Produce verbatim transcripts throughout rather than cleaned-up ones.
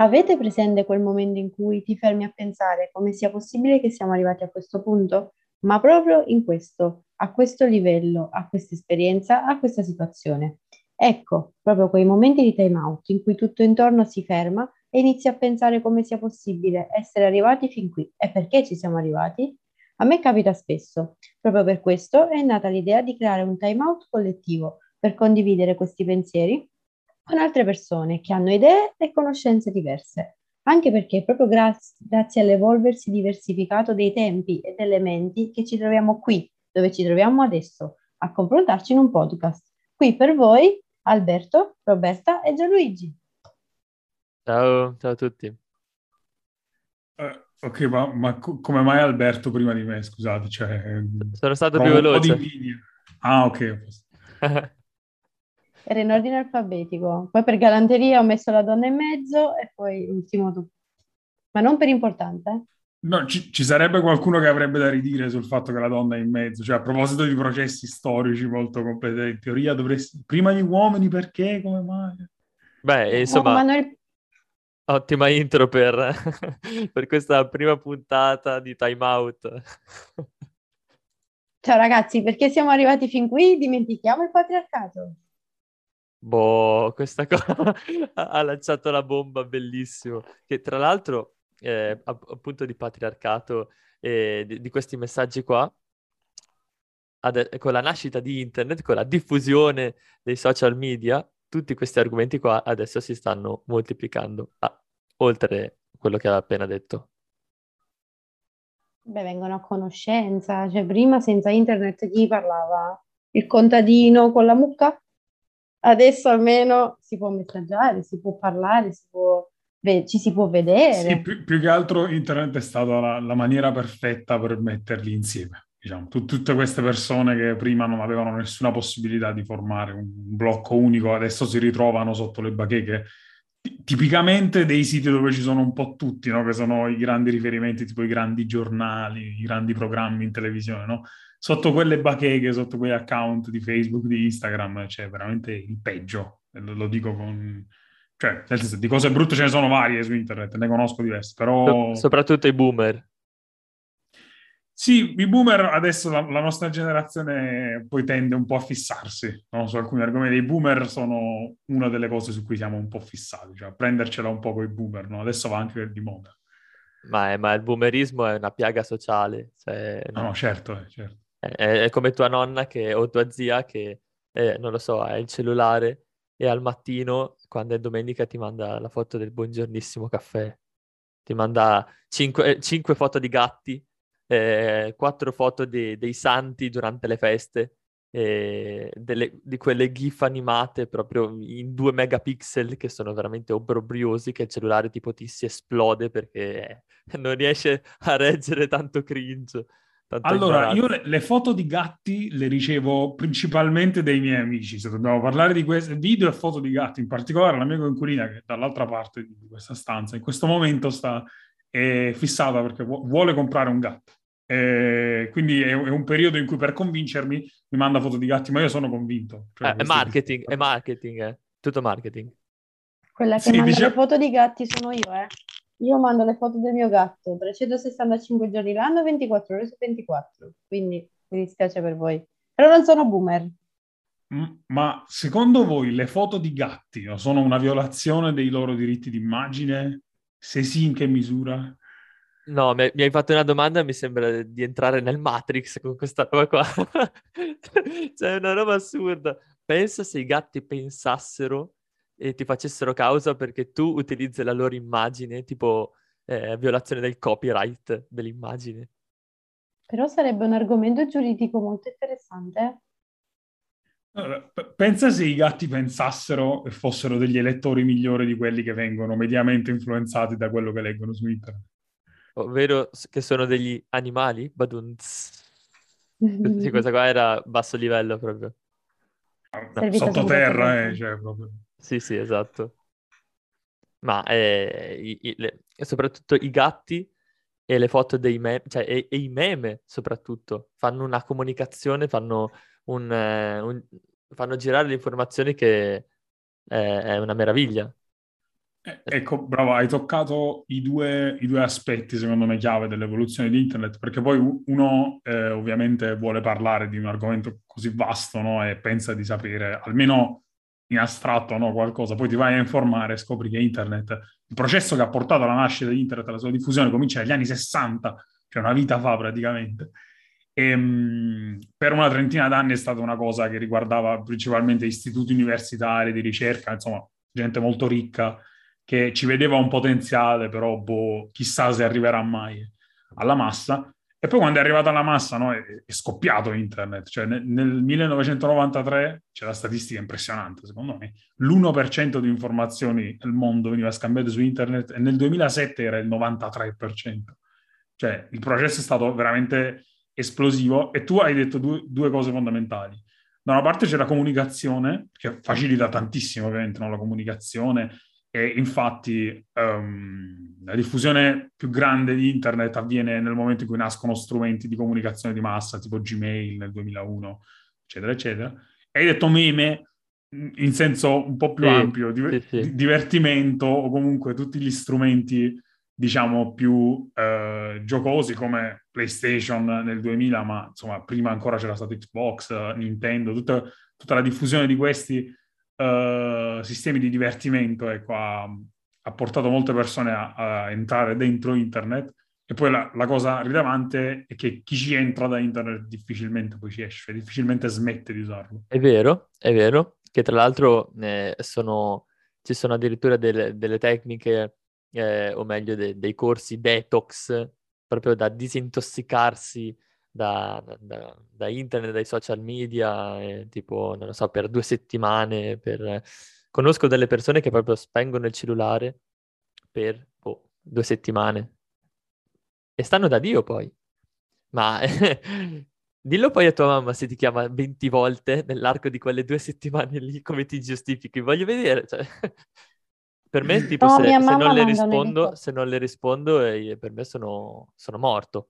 Avete presente quel momento in cui ti fermi a pensare come sia possibile che siamo arrivati a questo punto? Ma proprio in questo, a questo livello, a questa esperienza, a questa situazione. Ecco, proprio quei momenti di time out in cui tutto intorno si ferma e inizi a pensare come sia possibile essere arrivati fin qui e perché ci siamo arrivati. A me capita spesso. Proprio per questo è nata l'idea di creare un time out collettivo per condividere questi pensieri con altre persone che hanno idee e conoscenze diverse, anche perché è proprio graz- grazie all'evolversi diversificato dei tempi e delle menti che ci troviamo qui, dove ci troviamo adesso, a confrontarci in un podcast. Qui per voi Alberto, Roberta e Gianluigi. Ciao, ciao a tutti. Eh, ok, ma, ma co- come mai Alberto prima di me? Scusate, cioè, ehm, Sono stato più provo un po' di veloce. invidia. Ah, ok. Era in ordine alfabetico, poi per galanteria ho messo la donna in mezzo e poi l'ultimo tu. Ma non per importanza, eh? No, ci, ci sarebbe qualcuno che avrebbe da ridire sul fatto che la donna è in mezzo. Cioè, a proposito di processi storici molto completi, in teoria dovresti... Prima gli uomini, perché? Come mai? Beh, No, ma insomma, noi... ottima intro per, per questa prima puntata di Time Out. Ciao ragazzi, perché siamo arrivati fin qui? Dimentichiamo il patriarcato. Boh, questa cosa ha lanciato la bomba, bellissimo. Che tra l'altro, eh, app- appunto di patriarcato e di, di questi messaggi qua, ade- con la nascita di internet, con la diffusione dei social media, tutti questi argomenti qua adesso si stanno moltiplicando, ah, oltre quello che aveva appena detto. Beh, vengono a conoscenza, cioè prima senza internet chi parlava? Il contadino con la mucca? Adesso almeno si può messaggiare, si può parlare, si può ve- ci si può Sì, vedere. più, più che altro internet è stata la, la maniera perfetta per metterli insieme. Diciamo, Tu- tutte queste persone che prima non avevano nessuna possibilità di formare un blocco unico, adesso si ritrovano sotto le bacheche, ti- tipicamente dei siti dove ci sono un po' tutti, no? Che sono i grandi riferimenti, tipo i grandi giornali, i grandi programmi in televisione, no? Sotto quelle bacheche, sotto quegli account di Facebook, di Instagram, c'è veramente il peggio. E Lo, lo dico con cioè, nel senso, di cose brutte ce ne sono varie su internet, ne conosco diverse, So- però soprattutto i boomer. sì, i boomer adesso, la, la nostra generazione poi tende un po' a fissarsi, no? Su alcuni argomenti. I boomer sono una delle cose su cui siamo un po' fissati, cioè a prendercela un po' con i boomer, no? Adesso va anche di moda. Ma, è- ma il boomerismo è una piaga sociale, cioè, No, no, certo, eh, certo. è, è come tua nonna che, o tua zia che, eh, non lo so, ha il cellulare e al mattino, quando è domenica, ti manda la foto del buongiornissimo caffè. Ti manda cinque, cinque foto di gatti, eh, quattro foto di- dei santi durante le feste, eh, delle- di quelle GIF animate proprio in due megapixel che sono veramente obbrobriosi, che il cellulare tipo ti si esplode perché non riesce a reggere tanto cringe, tanto Allora, io imbarazzo. le, le foto di gatti le ricevo principalmente dai miei amici. Se dobbiamo parlare di questi video e foto di gatti, in particolare la mia coinquilina, che è dall'altra parte di questa stanza, in questo momento sta è fissata perché vu- vuole comprare un gatto. E quindi è, è un periodo in cui per convincermi mi manda foto di gatti, ma io sono convinto. Cioè, Eh, è questo è marketing, è difficile. marketing, eh. Tutto marketing. Quella che Sì, manda le diciamo. foto di gatti sono io, eh. Io mando le foto del mio gatto trecentosessantacinque giorni l'anno, ventiquattro ore su ventiquattro. Quindi mi dispiace per voi. Però non sono boomer. Mm, Ma secondo voi le foto di gatti no, sono una violazione dei loro diritti d'immagine? Se sì, in che misura? No, mi, mi hai fatto una domanda e mi sembra di entrare nel Matrix con questa roba qua. Cioè, è una roba assurda. Pensa se i gatti pensassero e ti facessero causa perché tu utilizzi la loro immagine, tipo eh, violazione del copyright dell'immagine. Però sarebbe un argomento giuridico molto interessante. Allora, p- pensa se i gatti pensassero e fossero degli elettori migliori di quelli che vengono mediamente influenzati da quello che leggono su internet. Ovvero s- che sono degli animali? Badunz. Sì, questa qua era basso livello proprio. No. Servita subito a Sottoterra, eh, correggere. cioè proprio. Sì, sì, esatto. Ma eh, i- i- le- e soprattutto i gatti e le foto dei meme, cioè e, e i meme soprattutto, fanno una comunicazione, fanno, un, eh, un- fanno girare le informazioni che eh, è una meraviglia. Eh, Ecco, bravo, hai toccato i due, i due aspetti, secondo me, chiave dell'evoluzione di internet, perché poi u- uno eh, ovviamente vuole parlare di un argomento così vasto, no? E pensa di sapere, almeno in astratto, no? Qualcosa, poi ti vai a informare e scopri che internet, il processo che ha portato alla nascita di internet, alla sua diffusione, comincia negli anni sessanta, cioè una vita fa praticamente. E, mh, per una trentina d'anni è stata una cosa che riguardava principalmente istituti universitari di ricerca, insomma, gente molto ricca che ci vedeva un potenziale, però boh, chissà se arriverà mai alla massa. E poi quando è arrivata alla massa, no, è, è scoppiato internet. Cioè, nel, nel millenovecentonovantatré c'è la statistica impressionante, secondo me. L'uno per cento di informazioni nel mondo veniva scambiato su internet e nel duemilasette era il novantatré per cento. Cioè, il processo è stato veramente esplosivo e tu hai detto due, due cose fondamentali. Da una parte c'è la comunicazione, che facilita tantissimo ovviamente, no? La comunicazione, e infatti um, la diffusione più grande di internet avviene nel momento in cui nascono strumenti di comunicazione di massa, tipo Gmail nel duemilauno, eccetera, eccetera. E hai detto meme in senso un po' più Sì, ampio, sì, di, sì. di divertimento o comunque tutti gli strumenti, diciamo, più eh, giocosi come PlayStation nel duemila, ma insomma prima ancora c'era stato Xbox, Nintendo, tutta, tutta la diffusione di questi uh, sistemi di divertimento, ecco, ha, ha portato molte persone a, a entrare dentro internet. E poi la, la cosa rilevante è che chi ci entra da internet difficilmente poi ci esce, difficilmente smette di usarlo. È vero, è vero, che tra l'altro eh, sono, ci sono addirittura delle, delle tecniche, eh, o meglio de- dei corsi detox, proprio da disintossicarsi da, da- da internet, dai social media, eh, tipo, non lo so, per due settimane. Per... Conosco delle persone che proprio spengono il cellulare per boh, due settimane e stanno da Dio poi. Ma dillo poi a tua mamma se ti chiama venti volte nell'arco di quelle due settimane lì, come ti giustifichi? Voglio vedere. Cioè, per me, tipo, No, se, mia se non mamma le manda un rispondo, elicottero. se non le rispondo, eh, per me sono, sono morto.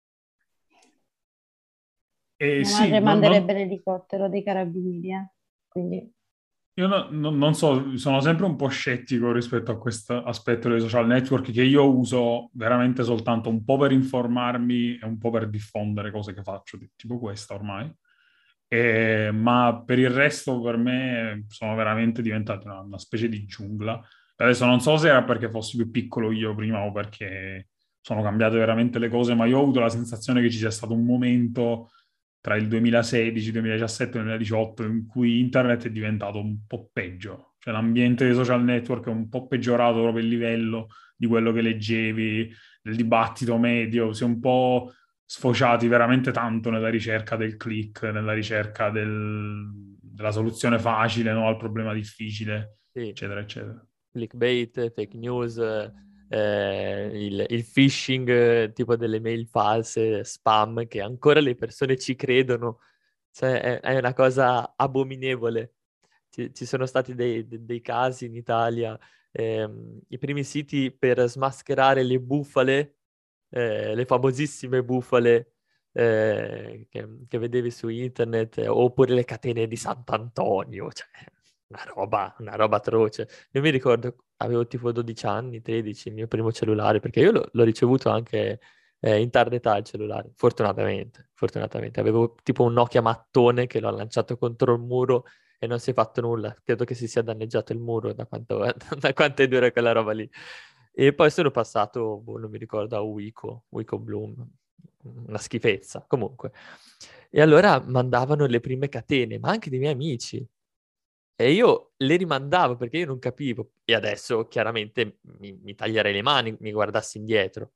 E Mia sì, madre non, manderebbe non- l'elicottero dei carabinieri, eh. Quindi io no- no- non so, sono sempre un po' scettico rispetto a questo aspetto dei social network che io uso veramente soltanto un po' per informarmi e un po' per diffondere cose che faccio, ti- tipo questa ormai. E- ma per il resto per me sono veramente diventati una, una specie di giungla. Adesso non so se era perché fossi più piccolo io prima o perché sono cambiate veramente le cose, ma io ho avuto la sensazione che ci sia stato un momento tra il duemilasedici, duemiladiciassette e duemiladiciotto in cui internet è diventato un po' peggio. Cioè l'ambiente dei social network è un po' peggiorato proprio il livello di quello che leggevi, del dibattito medio, si è un po' sfociati veramente tanto nella ricerca del click, nella ricerca del- della soluzione facile, no, al problema difficile, Sì, eccetera, eccetera. clickbait, fake news, eh, il, il phishing, eh, tipo delle mail false, spam, che ancora le persone ci credono. Cioè, è, è una cosa abominevole. Ci, ci sono stati dei, de- dei casi in Italia, ehm, i primi siti per smascherare le bufale, eh, le famosissime bufale, eh, che, che vedevi su internet, eh, oppure le catene di Sant'Antonio, cioè, una roba, una roba atroce. Io mi ricordo, avevo tipo dodici anni, tredici, il mio primo cellulare, perché io l'ho l'ho ricevuto anche eh, in tarda età il cellulare, fortunatamente, fortunatamente. Avevo tipo un Nokia mattone che l'ho lanciato contro il muro e non si è fatto nulla. Credo che si sia danneggiato il muro da quanto, da quanto è dura quella roba lì. E poi sono passato, boh, non mi ricordo, a Wico, Wico Bloom, una schifezza, comunque. E allora mandavano le prime catene, ma anche dei miei amici. E io le rimandavo perché io non capivo. E adesso chiaramente mi, mi taglierei le mani, mi guardassi indietro.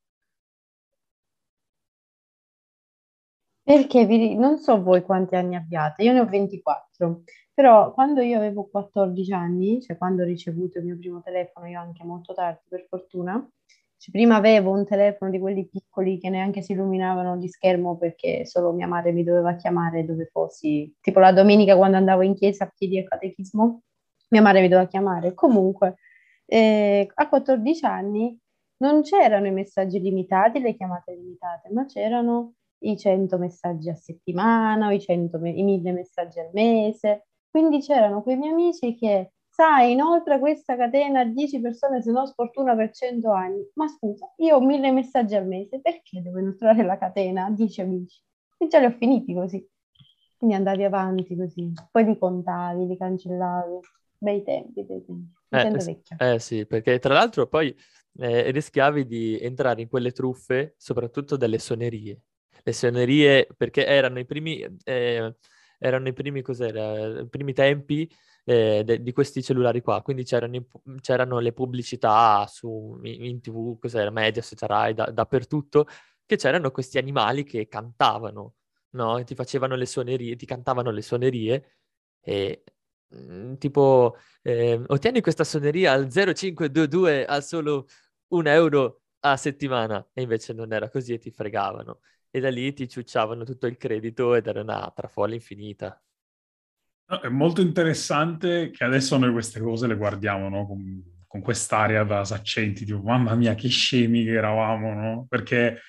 perché vi- non so voi quanti anni abbiate, io ne ho ventiquattro, però quando io avevo quattordici anni, cioè quando ho ricevuto il mio primo telefono, io anche molto tardi per fortuna, cioè, prima avevo un telefono di quelli piccoli che neanche si illuminavano di schermo perché solo mia madre mi doveva chiamare dove fossi, tipo la domenica quando andavo in chiesa a piedi al catechismo, mia madre mi doveva chiamare. Comunque, eh, a quattordici anni non c'erano i messaggi limitati, le chiamate limitate, ma c'erano i cento messaggi a settimana, o i cento me- i mille messaggi al mese. Quindi c'erano quei miei amici che sai, inoltre questa catena a dieci persone, se non sfortuna per cento anni. Ma scusa, io ho mille messaggi al mese, perché devo inoltrare la catena a dieci amici? E già li ho finiti così. Quindi andavi avanti così. Poi li contavi, li cancellavi. Bei tempi, bei tempi. Mi Eh, sento s- vecchia. eh sì, perché tra l'altro poi eh, rischiavi di entrare in quelle truffe, soprattutto delle suonerie. Le suonerie, perché erano i primi, eh, erano i primi, cos'era? I primi tempi eh, de- di questi cellulari qua, quindi c'erano, i pu- c'erano le pubblicità su, in, in T V, cos'era, Mediaset, Rai, da- dappertutto, che c'erano questi animali che cantavano, no? E ti facevano le suonerie, ti cantavano le suonerie e mm, tipo eh, ottieni questa suoneria al zero cinque due due a solo un euro a settimana. E invece non era così e ti fregavano. E da lì ti ciucciavano tutto il credito ed era una trafila infinita. No, è molto interessante che adesso noi queste cose le guardiamo, no? Con, con quest'aria da saccenti, tipo, mamma mia, che scemi che eravamo, no? Perché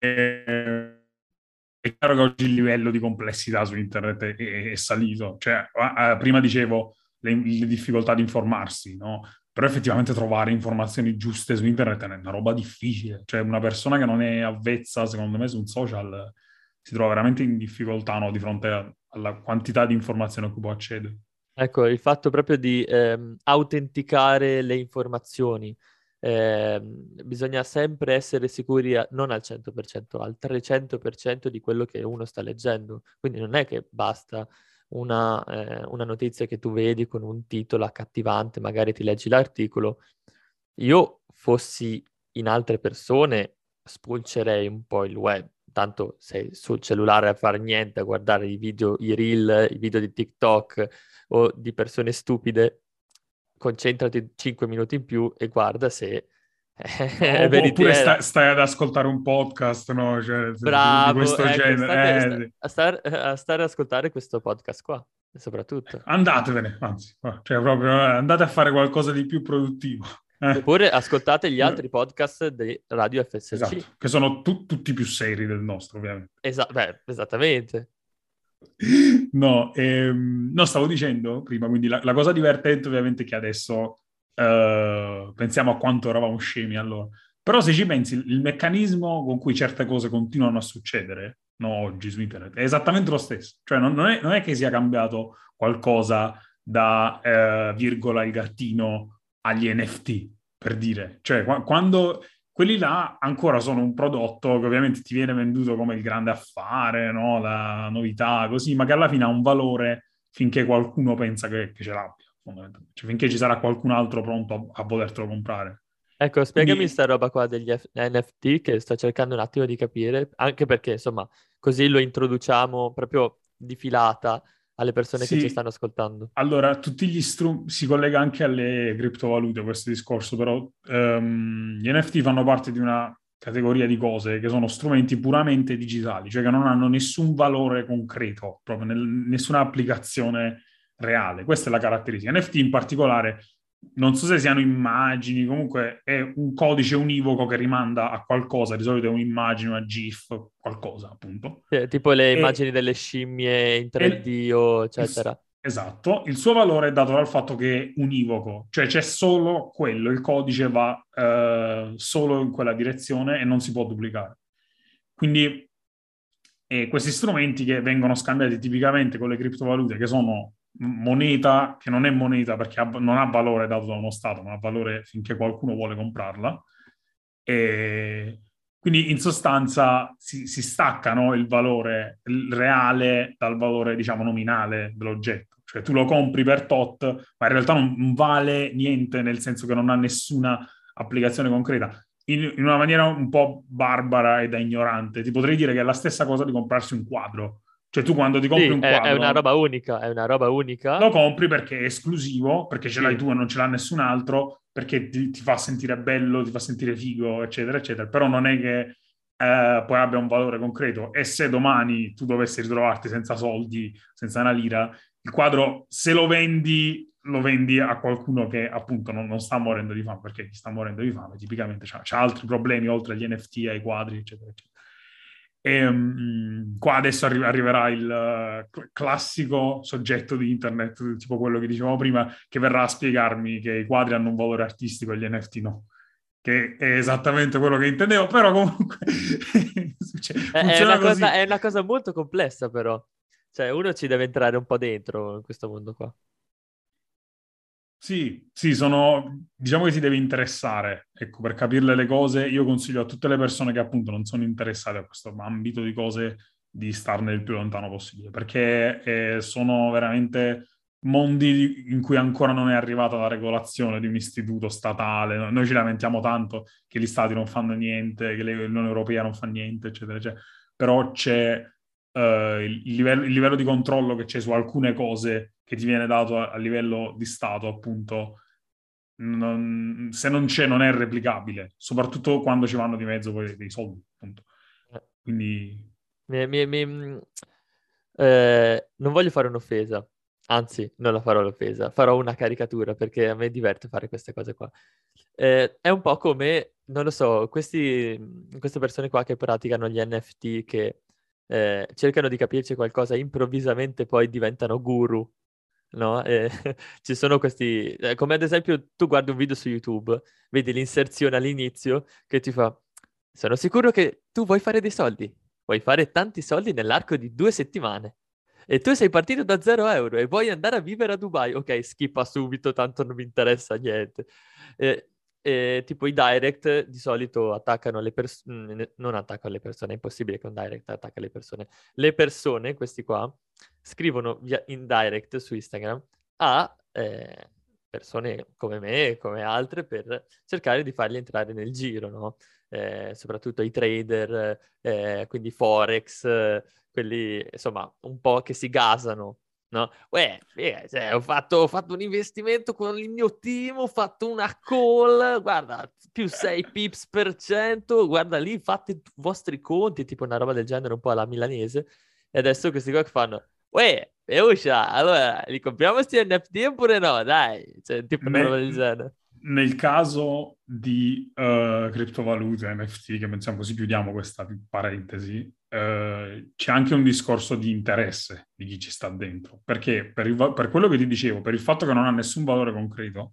eh, è chiaro che oggi il livello di complessità su internet è, è- è salito. Cioè, a- a- prima dicevo le, le difficoltà di informarsi, no? Però effettivamente trovare informazioni giuste su internet è una roba difficile. Cioè, una persona che non è avvezza, secondo me, su un social si trova veramente in difficoltà, no? Di fronte a- alla quantità di informazioni a cui può accedere. Ecco, il fatto proprio di ehm, autenticare le informazioni. Ehm, bisogna sempre essere sicuri, a- non al cento per cento, al trecento per cento di quello che uno sta leggendo. Quindi non è che basta una, eh, una notizia che tu vedi con un titolo accattivante, magari ti leggi l'articolo. Io fossi in altre persone, spulcerei un po' il web. Tanto sei sul cellulare a fare niente, a guardare i video, i reel, i video di TikTok o di persone stupide, concentrati cinque minuti in più e guarda se è Opp- Oppure sta- veritiera. stai ad ascoltare un podcast, no? Cioè, di, di Bravo, questo ecco, state sta- genere. Eh, a, star- a stare ad ascoltare questo podcast qua, soprattutto. andatevene, anzi, cioè proprio eh, andate a fare qualcosa di più produttivo. Eh. Oppure ascoltate gli Eh, altri podcast di Radio F S C. esatto, che sono tu- tutti più seri del nostro, ovviamente. Esa- beh, esattamente. No, ehm, no, stavo dicendo prima, quindi la, la cosa divertente ovviamente è che adesso eh, pensiamo a quanto eravamo scemi allora. Però se ci pensi, il, il meccanismo con cui certe cose continuano a succedere, no, oggi su internet, è esattamente lo stesso. Cioè non, non è, non è che sia cambiato qualcosa da, eh, virgola, il gattino agli N F T, per dire. Cioè qua- quando quelli là ancora sono un prodotto che ovviamente ti viene venduto come il grande affare, no? La novità, così, ma che alla fine ha un valore finché qualcuno pensa che, che ce l'abbia, fondamentalmente. Cioè, finché ci sarà qualcun altro pronto a, a volertelo comprare. Ecco, spiegami Quindi sta roba qua degli F- N F T che sto cercando un attimo di capire, anche perché, insomma, così lo introduciamo proprio di filata alle persone che ci sì, stanno ascoltando. allora tutti gli strumenti si collega anche alle criptovalute questo discorso, però ehm, gli N F T fanno parte di una categoria di cose che sono strumenti puramente digitali, cioè che non hanno nessun valore concreto, proprio nel- nessuna applicazione reale. Questa è la caratteristica. N F T in particolare, non so se siano immagini, comunque è un codice univoco che rimanda a qualcosa, di solito è un'immagine, una GIF, qualcosa appunto. Eh, tipo le E, immagini delle scimmie in e tre D o il- eccetera. esatto, il suo valore è dato dal fatto che è univoco, cioè c'è solo quello, il codice va eh, solo in quella direzione e non si può duplicare. Quindi eh, questi strumenti che vengono scambiati tipicamente con le criptovalute, che sono moneta, che non è moneta perché ha- non ha valore dato da uno Stato, ma ha valore finché qualcuno vuole comprarla. E quindi in sostanza si, si stacca, no, il valore il reale dal valore, diciamo, nominale dell'oggetto. Cioè tu lo compri per tot, ma in realtà non, non vale niente, nel senso che non ha nessuna applicazione concreta. In, in una maniera un po' barbara e da ignorante, ti potrei dire che è la stessa cosa di comprarsi un quadro. Cioè tu quando ti compri Sì, un è, è una quadro roba unica, è una roba unica. lo compri perché è esclusivo, perché ce l'hai Sì, tu e non ce l'ha nessun altro, perché ti, ti fa sentire bello, ti fa sentire figo, eccetera, eccetera. Però non è che eh, poi abbia un valore concreto. E se domani tu dovessi ritrovarti senza soldi, senza una lira, il quadro, se lo vendi, lo vendi a qualcuno che appunto non, non sta morendo di fame, perché chi sta morendo di fame tipicamente ha altri problemi oltre agli N F T, ai quadri, eccetera, eccetera. E mm, qua adesso arri- arriverà il eh, cl- classico soggetto di internet, tipo quello che dicevamo prima, che verrà a spiegarmi che i quadri hanno un valore artistico e gli N F T no. Che è esattamente quello che intendevo, però comunque succe- È, è funziona una cosa, così. è una cosa molto complessa, però. Cioè, uno ci deve entrare un po' dentro in questo mondo qua. Sì, sì, sono, diciamo che si deve interessare, ecco, per capirle le cose, io consiglio a tutte le persone che appunto non sono interessate a questo ambito di cose di starne il più lontano possibile, perché eh, sono veramente mondi in cui ancora non è arrivata la regolazione di un istituto statale. Noi ci lamentiamo tanto che gli stati non fanno niente, che l'Unione Europea non fa niente, eccetera, eccetera, però c'è eh, il, il livello, il livello di controllo che c'è su alcune cose che ti viene dato a, a livello di Stato, appunto, non- se non c'è non è replicabile, soprattutto quando ci vanno di mezzo poi dei soldi, appunto. Eh, Quindi mi- mi- mi- mm, eh, non voglio fare un'offesa, anzi, non la farò l'offesa, farò una caricatura perché a me diverte fare queste cose qua. Eh, è un po' come, non lo so, questi, queste persone qua che praticano gli N F T che eh, cercano di capirci qualcosa, improvvisamente poi diventano guru, no? E ci sono questi, eh, come ad esempio tu guardi un video su YouTube, vedi l'inserzione all'inizio che ti fa, sono sicuro che tu vuoi fare dei soldi, vuoi fare tanti soldi nell'arco di due settimane. E tu sei partito da zero euro e vuoi andare a vivere a Dubai. Ok, skippa subito, tanto non mi interessa niente. E, e, tipo i direct di solito attaccano le persone, non attaccano le persone, è impossibile che un direct attacca le persone. Le persone, questi qua, scrivono via in direct su Instagram a eh, persone come me e come altre per cercare di farli entrare nel giro, no? Eh, soprattutto i trader, eh, quindi Forex, eh, quelli insomma un po' che si gasano, no? Uè, figa, cioè, ho fatto, ho fatto un investimento con il mio team, ho fatto una call, guarda, più sei pips per cento, guarda lì, fate i vostri conti, tipo una roba del genere un po' alla milanese, e adesso questi qua che fanno, uè, Euscia, allora, li compriamo questi N F T oppure no? Dai, cioè, tipo una roba ne- del genere. nel caso di eh, criptovalute, N F T, che pensiamo così chiudiamo questa parentesi, eh, c'è anche un discorso di interesse di chi ci sta dentro, perché per, il va- per quello che ti dicevo, per il fatto che non ha nessun valore concreto,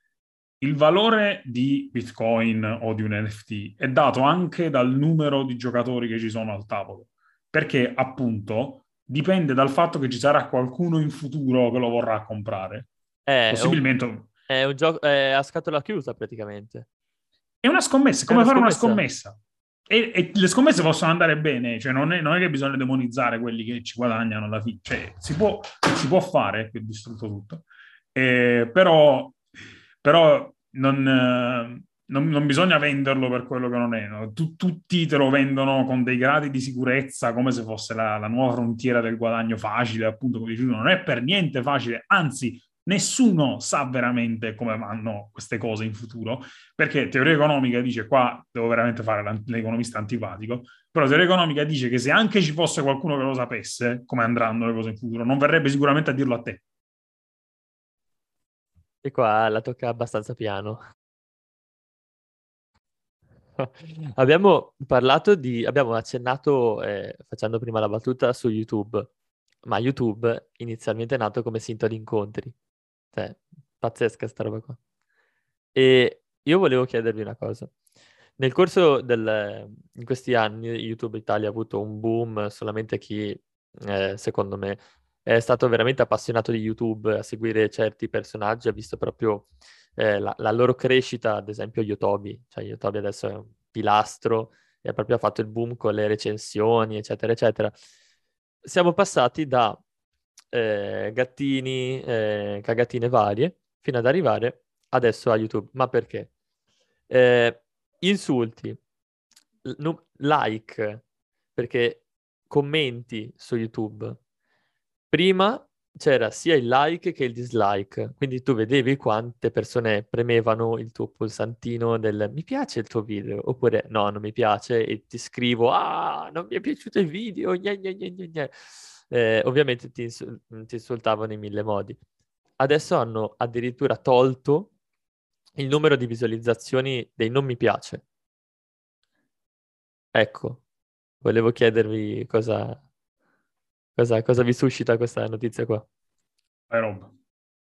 il valore di Bitcoin o di un N F T è dato anche dal numero di giocatori che ci sono al tavolo, perché appunto dipende dal fatto che ci sarà qualcuno in futuro che lo vorrà comprare. È un, Possibilmente è un gioco è a scatola chiusa praticamente. è una scommessa, è È come una fare una scommessa. scommessa. E, e le scommesse possono andare bene, cioè non è, non è che bisogna demonizzare quelli che ci guadagnano alla fine, cioè si può, si può fare, che ho distrutto tutto, eh, però, però non, eh, non, non bisogna venderlo per quello che non è. No? Tu- tutti te lo vendono con dei gradi di sicurezza come se fosse la, la nuova frontiera del guadagno facile, appunto, come dici tu, non è per niente facile, anzi nessuno sa veramente come vanno queste cose in futuro, perché teoria economica dice, qua devo veramente fare l'economista antipatico, però teoria economica dice che se anche ci fosse qualcuno che lo sapesse come andranno le cose in futuro, non verrebbe sicuramente a dirlo a te. E qua la tocca abbastanza piano. Abbiamo parlato di, abbiamo accennato, eh, facendo prima la battuta su YouTube, ma YouTube inizialmente è nato come sito di incontri. Cioè, pazzesca sta roba qua. E io volevo chiedervi una cosa. Nel corso del, in questi anni YouTube Italia ha avuto un boom, solamente chi, eh, secondo me, è stato veramente appassionato di YouTube, a seguire certi personaggi, ha visto proprio eh, la, la loro crescita, ad esempio Yotobi. Cioè Yotobi adesso è un pilastro e ha proprio fatto il boom con le recensioni, eccetera, eccetera. Siamo passati da eh, gattini, eh, cagatine varie, fino ad arrivare adesso a YouTube. Ma perché? Eh, insulti, l- nu- like, perché commenti su YouTube. Prima c'era sia il like che il dislike, quindi tu vedevi quante persone premevano il tuo pulsantino del mi piace il tuo video, oppure no, non mi piace e ti scrivo ah, non mi è piaciuto il video, gne, gne, gne, gne, gne. Eh, ovviamente ti, insul- ti insultavano in mille modi. Adesso hanno addirittura tolto il numero di visualizzazioni dei non mi piace. Ecco, volevo chiedervi cosa, cosa, cosa vi suscita questa notizia qua. Vai Rob.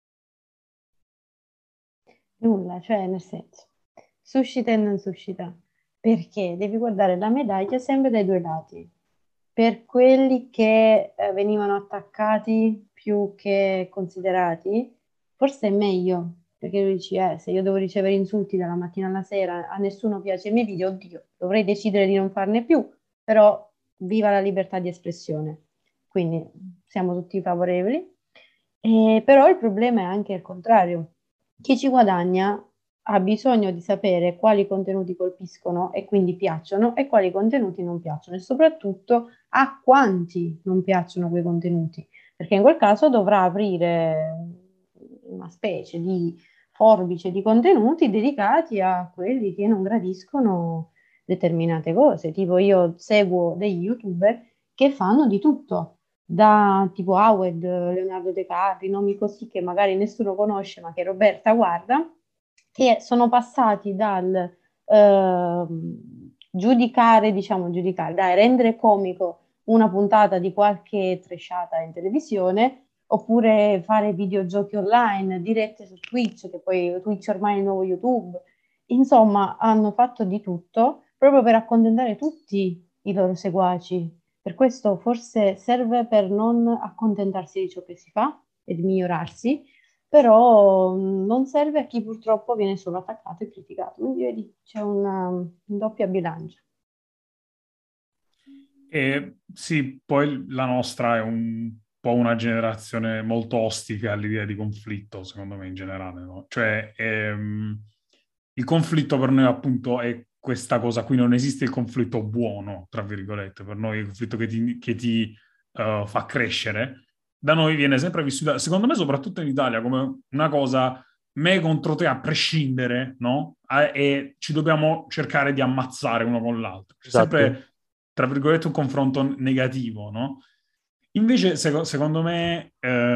Nulla, cioè nel senso, suscita e non suscita, perché devi guardare la medaglia sempre dai due lati. Per quelli che eh, venivano attaccati più che considerati, forse è meglio, perché tu dici, eh, se io devo ricevere insulti dalla mattina alla sera, a nessuno piace i miei video, oddio, dovrei decidere di non farne più, però viva la libertà di espressione. Quindi siamo tutti favorevoli. Eh, però il problema è anche il contrario. Chi ci guadagna ha bisogno di sapere quali contenuti colpiscono e quindi piacciono e quali contenuti non piacciono e soprattutto a quanti non piacciono quei contenuti, perché in quel caso dovrà aprire una specie di forbice di contenuti dedicati a quelli che non gradiscono determinate cose. Tipo io seguo degli youtuber che fanno di tutto, da tipo Howard, Leonardo De Carli, nomi così che magari nessuno conosce ma che Roberta guarda, che sono passati dal ehm, giudicare, diciamo giudicare, dai, rendere comico una puntata di qualche trashata in televisione, oppure fare videogiochi online, dirette su Twitch, che poi Twitch ormai è il nuovo YouTube. Insomma, hanno fatto di tutto proprio per accontentare tutti i loro seguaci. Per questo forse serve per non accontentarsi di ciò che si fa e di migliorarsi, però mh, non serve a chi purtroppo viene solo attaccato e criticato. Quindi vedi, c'è una, un doppia bilancia. E sì, poi la nostra è un po' una generazione molto ostica all'idea di conflitto, secondo me in generale, no? Cioè, ehm, il conflitto per noi appunto è questa cosa qui, non esiste il conflitto buono, tra virgolette, per noi è il conflitto che ti, che ti eh, fa crescere. Da noi viene sempre vissuta, secondo me soprattutto in Italia, come una cosa me contro te a prescindere, no? Eh, E ci dobbiamo cercare di ammazzare uno con l'altro. C'è Esatto. sempre, tra virgolette, un confronto negativo, no? Invece, seco- secondo me,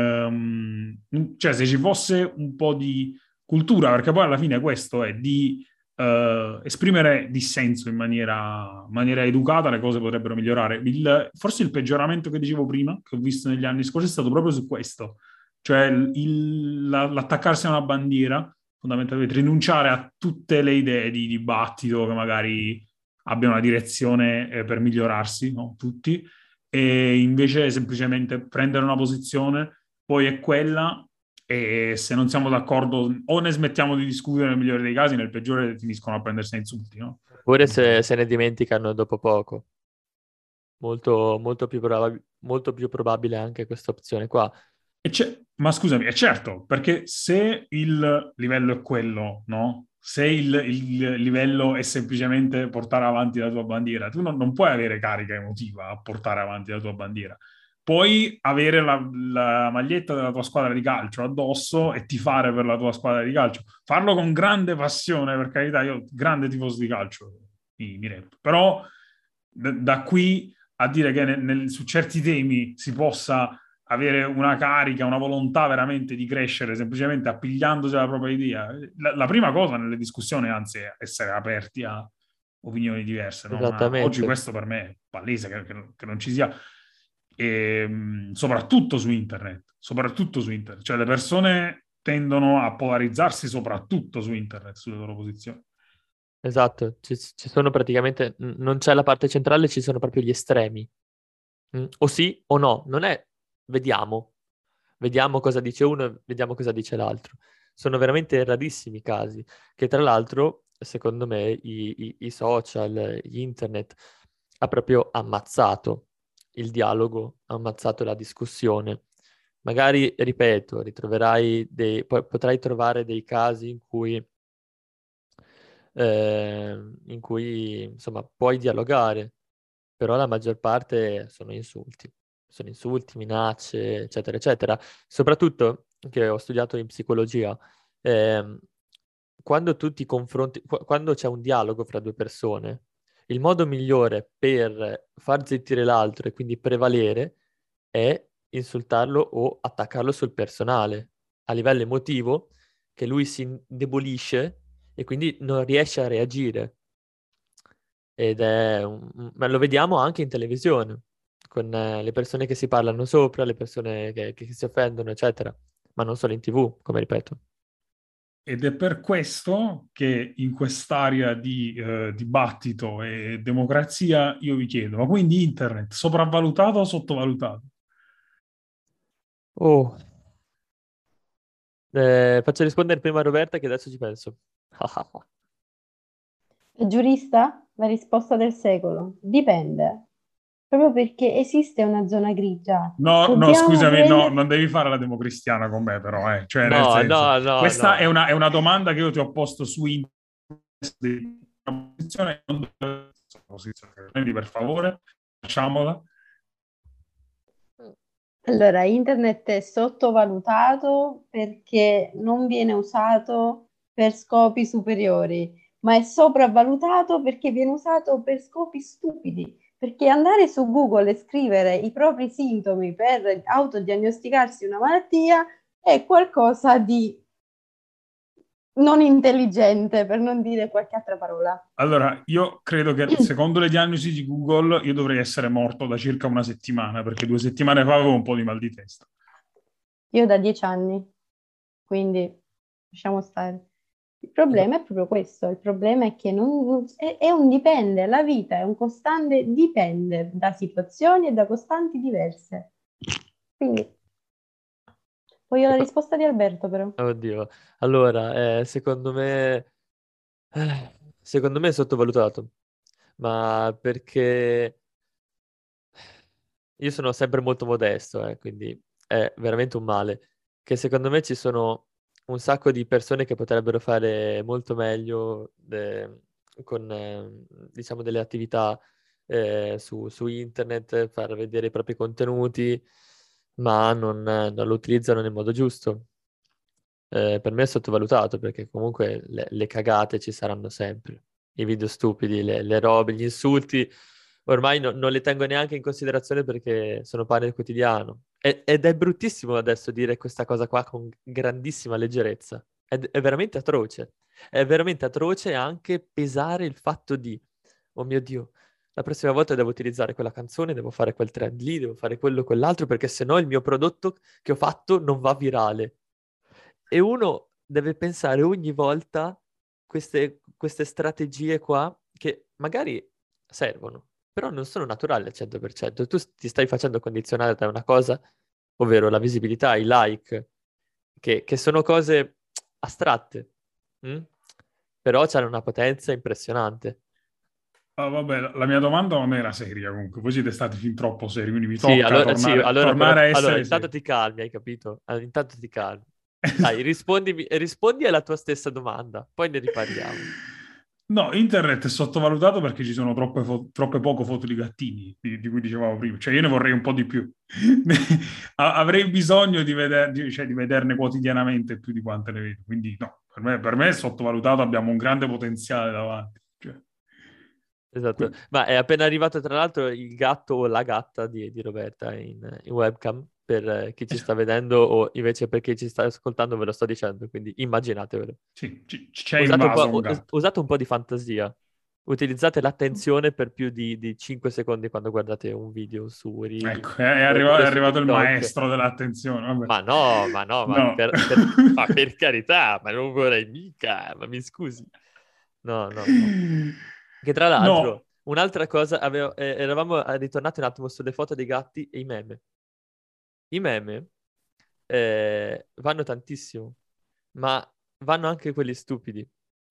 ehm, cioè, se ci fosse un po' di cultura, perché poi alla fine questo è di eh, esprimere dissenso in maniera, maniera educata, le cose potrebbero migliorare. Il- forse il peggioramento che dicevo prima, che ho visto negli anni scorsi, è stato proprio su questo, cioè il- il- la- l'attaccarsi a una bandiera, fondamentalmente rinunciare a tutte le idee di dibattito che magari abbiano una direzione eh, per migliorarsi, no? Tutti, e invece semplicemente prendere una posizione, poi è quella, e se non siamo d'accordo o ne smettiamo di discutere nel migliore dei casi, nel peggiore finiscono a prendersi insulti, no? Oppure se, se ne dimenticano dopo poco. Molto, molto più probab- molto più probabile anche questa opzione qua. E c'è- ma scusami, è certo, perché se il livello è quello, no? Se il, il livello è semplicemente portare avanti la tua bandiera, tu non, non puoi avere carica emotiva a portare avanti la tua bandiera. Puoi avere la, la maglietta della tua squadra di calcio addosso e tifare per la tua squadra di calcio. Farlo con grande passione, per carità, io grande tifoso di calcio, mi, mi reputo. Però da, da qui a dire che nel- nel- su certi temi si possa avere una carica, una volontà veramente di crescere semplicemente appigliandosi alla propria idea. La, la prima cosa nelle discussioni, anzi, è essere aperti a opinioni diverse, no? Ma oggi Esattamente. questo per me è palese che, che- che non ci sia, e, mh, soprattutto su internet, soprattutto su internet. Cioè le persone tendono a polarizzarsi soprattutto su internet, sulle loro posizioni. Esatto, ci, ci sono praticamente, n- non c'è la parte centrale, ci sono proprio gli estremi. Mm, O sì o no, non è vediamo, vediamo cosa dice uno e vediamo cosa dice l'altro. Sono veramente rarissimi i casi, che tra l'altro, secondo me, i, i- i social, internet, ha proprio ammazzato il dialogo, ha ammazzato la discussione. Magari, ripeto, ritroverai dei, po- potrai trovare dei casi in cui eh, in cui insomma puoi dialogare, però la maggior parte sono insulti, sono insulti, minacce, eccetera, eccetera. Soprattutto che ho studiato in psicologia, ehm, quando tu ti confronti, qu- quando c'è un dialogo fra due persone, il modo migliore per far zittire l'altro e quindi prevalere è insultarlo o attaccarlo sul personale, a livello emotivo, che lui si indebolisce e quindi non riesce a reagire. ed è un... ma lo vediamo anche in televisione, con eh, le persone che si parlano sopra, le persone che, che si offendono, eccetera, ma non solo in tivù, come ripeto. Ed è per questo che in quest'area di eh, dibattito e democrazia io vi chiedo, ma quindi internet sopravvalutato o sottovalutato? Oh, eh, faccio rispondere prima a Roberta che adesso ci penso. Giurista? La risposta del secolo. Dipende. Proprio perché esiste una zona grigia. No, no, Dobbiamo scusami, no, prendere... non devi fare la democristiana con me, però, eh. Cioè, nel No, senso, no, no, questa è no. una, è una domanda che io ti ho posto su internet, posizione, non posizione. Quindi, per favore, facciamola. Allora, internet è sottovalutato perché non viene usato per scopi superiori, ma è sopravvalutato perché viene usato per scopi stupidi. Perché andare su Google e scrivere i propri sintomi per autodiagnosticarsi una malattia è qualcosa di non intelligente, per non dire qualche altra parola. Allora, io credo che secondo le diagnosi di Google io dovrei essere morto da circa una settimana, perché due settimane fa avevo un po' di mal di testa. Io da dieci anni, quindi lasciamo stare. Il problema è proprio questo, il problema è che non, è, è un dipende, la vita è un costante dipende da situazioni e da costanti diverse. Quindi, voglio la risposta di Alberto però. Oddio. Allora, eh, secondo me... eh, secondo me è sottovalutato, ma perché io sono sempre molto modesto, eh, quindi è veramente un male. Che secondo me ci sono un sacco di persone che potrebbero fare molto meglio eh, con, eh, diciamo, delle attività eh, su, su internet, far vedere i propri contenuti, ma non, non lo utilizzano nel modo giusto. Eh, per me è sottovalutato perché comunque le, le cagate ci saranno sempre. I video stupidi, le, le robe, gli insulti, ormai no- non le tengo neanche in considerazione perché sono pane del quotidiano. E- ed è bruttissimo adesso dire questa cosa qua con grandissima leggerezza. Ed- è veramente atroce. È veramente atroce anche pesare il fatto di, oh mio Dio, la prossima volta devo utilizzare quella canzone, devo fare quel trend lì, devo fare quello o quell'altro, perché sennò il mio prodotto che ho fatto non va virale. E uno deve pensare ogni volta queste, queste strategie qua che magari servono, però non sono naturali al cento per cento. Tu s- ti stai facendo condizionare da una cosa, ovvero la visibilità, i like, che, che sono cose astratte, mm? Però hanno una potenza impressionante. Ah, vabbè, la la mia domanda non era seria comunque, voi siete stati fin troppo seri, quindi vi Sì, tocca allora, sì, tornare, allora però, tornare a allora, essere intanto seri. ti calmi, hai capito? Allora, intanto ti calmi. Dai, rispondimi, rispondi alla tua stessa domanda, poi ne riparliamo. No, internet è sottovalutato perché ci sono troppe, fo- troppe poche foto di gattini, di, di cui dicevamo prima. Cioè, io ne vorrei un po' di più. A- Avrei bisogno di, veder- di- cioè, di vederne quotidianamente più di quante ne vedo. Quindi, no, per me, per me è sottovalutato, abbiamo un grande potenziale davanti. Cioè, Esatto, que- ma è appena arrivato tra l'altro il gatto o la gatta di, di Roberta in, in webcam per eh, chi ci sta vedendo o invece per chi ci sta ascoltando ve lo sto dicendo, quindi immaginatevelo. sì, ci- c'è Usate un po', invaso un us- gatto. usate un po' di fantasia, utilizzate l'attenzione per più di, di cinque secondi quando guardate un video su Reels Ecco, è, è arriva- è oppure su arrivato il TikTok. maestro dell'attenzione. Vabbè. Ma no, ma no, ma No. per, per- ma per carità, ma non vorrei mica, ma mi scusi. No, no, no. Che tra No, l'altro, un'altra cosa, avevo- eh, eravamo eh, ritornati un attimo sulle foto dei gatti e i meme. I meme eh, vanno tantissimo, ma vanno anche quelli stupidi.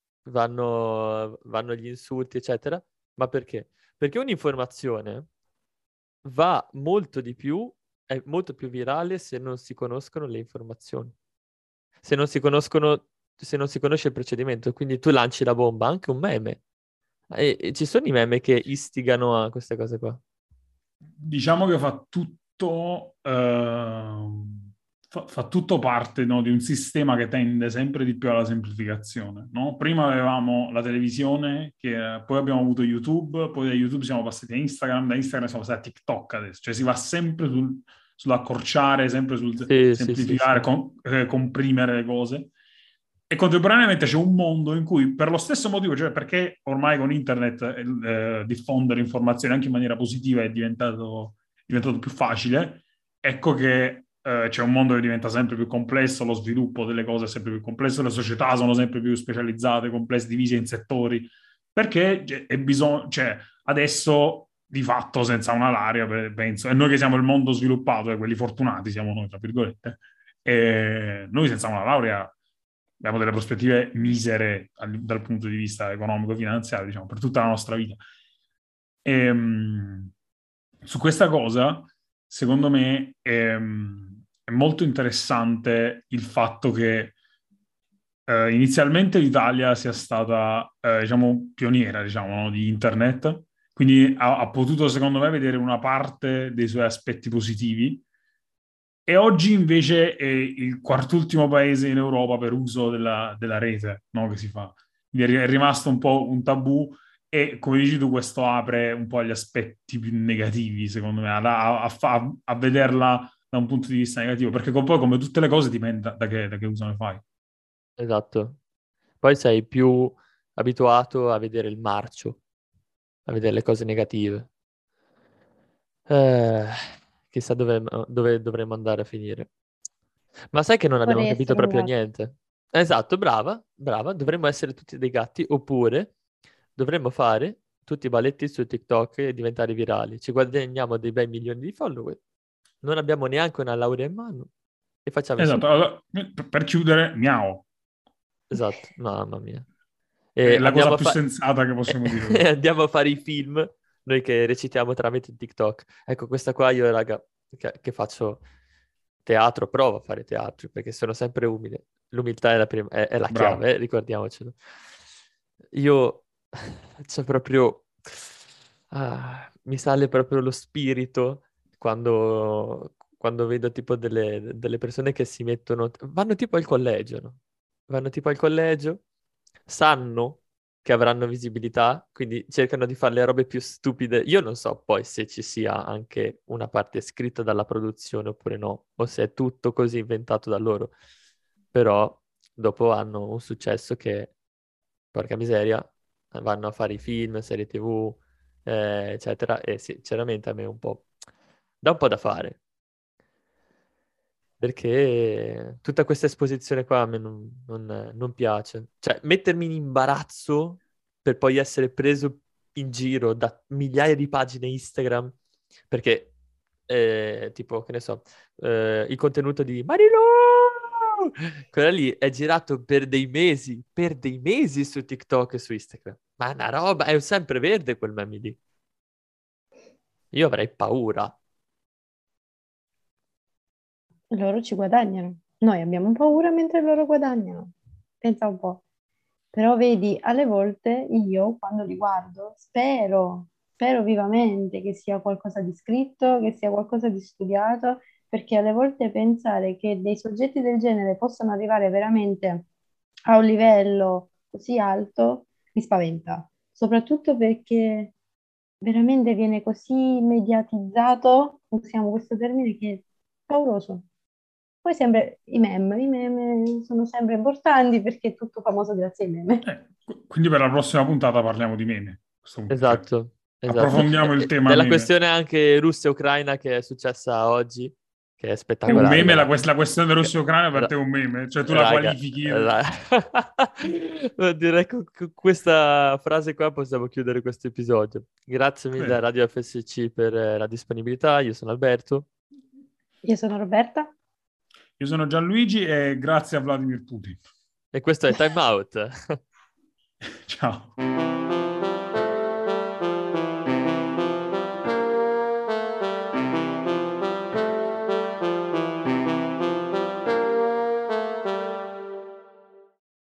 Vanno, vanno gli insulti, eccetera. Ma perché? Perché un'informazione va molto di più, è molto più virale se non si conoscono le informazioni. Se non si conoscono, se non si conosce il procedimento, quindi tu lanci la bomba, anche un meme. E, e ci sono i meme che istigano a queste cose qua. diciamo che fa tutto, ehm, fa, fa tutto parte, no, di un sistema che tende sempre di più alla semplificazione, no? Prima avevamo la televisione, che, poi abbiamo avuto YouTube, poi da YouTube siamo passati a Instagram, da Instagram siamo passati a TikTok adesso, cioè si va sempre sul, sull'accorciare, sempre sul Sì, sì, sì, semplificare, sì. com- eh, comprimere le cose. E contemporaneamente c'è un mondo in cui, per lo stesso motivo, cioè perché ormai con internet eh, diffondere informazioni anche in maniera positiva è diventato, è diventato più facile, ecco che eh, c'è un mondo che diventa sempre più complesso, lo sviluppo delle cose è sempre più complesso, le società sono sempre più specializzate, complesse, divise in settori, perché è bisogno, cioè, adesso di fatto senza una laurea, penso, e noi che siamo il mondo sviluppato, e quelli fortunati siamo noi, tra virgolette, e noi senza una laurea abbiamo delle prospettive misere dal punto di vista economico-finanziario, diciamo, per tutta la nostra vita. E, um, su questa cosa, secondo me, è, è molto interessante il fatto che eh, inizialmente l'Italia sia stata, eh, diciamo, pioniera, diciamo, no, di internet, quindi ha, ha potuto, secondo me, vedere una parte dei suoi aspetti positivi. E oggi invece è il quartultimo paese in Europa per uso della, della rete, no, che si fa. Quindi è rimasto un po' un tabù e, come dici tu, questo apre un po' agli aspetti più negativi, secondo me, a, a, a, a vederla da un punto di vista negativo, perché poi, come tutte le cose, dipende da, da, che, da che uso ne fai. Esatto. Poi sei più abituato a vedere il marcio, a vedere le cose negative. Eh, chissà dove, dove dovremmo andare a finire. Ma sai che non abbiamo Vorrei capito essere un proprio gatto. niente? Esatto, brava, brava. Dovremmo essere tutti dei gatti, oppure dovremmo fare tutti i balletti su TikTok e diventare virali. Ci guadagniamo dei bei milioni di follower. Non abbiamo neanche una laurea in mano e facciamo i Esatto, soldi. allora, per chiudere, miau. Esatto, mamma mia. È E la cosa andiamo a più fa- sensata che possiamo e dire. andiamo a fare i film, noi che recitiamo tramite TikTok. Ecco, questa qua io, raga, che, che faccio teatro, provo a fare teatro, perché sono sempre umile. L'umiltà è la, prima- è, è la Bravo. chiave, eh, ricordiamocelo. Io, c'è proprio... ah, mi sale proprio lo spirito quando, quando vedo tipo delle, delle persone che si mettono... Vanno tipo al collegio, no? Vanno tipo al collegio, sanno che avranno visibilità, quindi cercano di fare le robe più stupide. Io non so poi se ci sia anche una parte scritta dalla produzione oppure no, o se è tutto così inventato da loro. Però dopo hanno un successo che, porca miseria, vanno a fare i film, serie T V, eh, eccetera, e sinceramente a me un po' dà un po' da fare. Perché tutta questa esposizione qua a me non, non- non piace. Cioè, mettermi in imbarazzo per poi essere preso in giro da migliaia di pagine Instagram, perché, eh, tipo, che ne so, eh, il contenuto di Marilu! Quello lì è girato per dei mesi, per dei mesi su TikTok e su Instagram. Ma è una roba, è sempre verde quel meme lì. Io avrei paura. Loro ci guadagnano. Noi abbiamo paura mentre loro guadagnano. Pensa un po'. Però vedi, alle volte io quando li guardo spero, spero vivamente che sia qualcosa di scritto, che sia qualcosa di studiato, perché alle volte pensare che dei soggetti del genere possano arrivare veramente a un livello così alto mi spaventa, soprattutto perché veramente viene così mediatizzato, usiamo questo termine, che è pauroso. Poi sempre i meme, i meme sono sempre importanti perché è tutto famoso grazie ai meme. Eh, quindi per la prossima puntata parliamo di meme. A questo punto, cioè, Esatto, esatto. approfondiamo E- il e- tema della meme. questione anche Russia-Ucraina che è successa oggi, che è È un spettacolare, meme la, raga. quest- la questione Russia-Ucraina per te Ra- è un meme? Cioè tu la raga, qualifichi? ra- direi che con questa frase qua possiamo chiudere questo episodio. Grazie mille a Bene. Radio F S C per eh, la disponibilità. Io sono Alberto Io sono Roberta. Io sono Gianluigi e grazie a Vladimir Putin. e questo è Time Out. Ciao.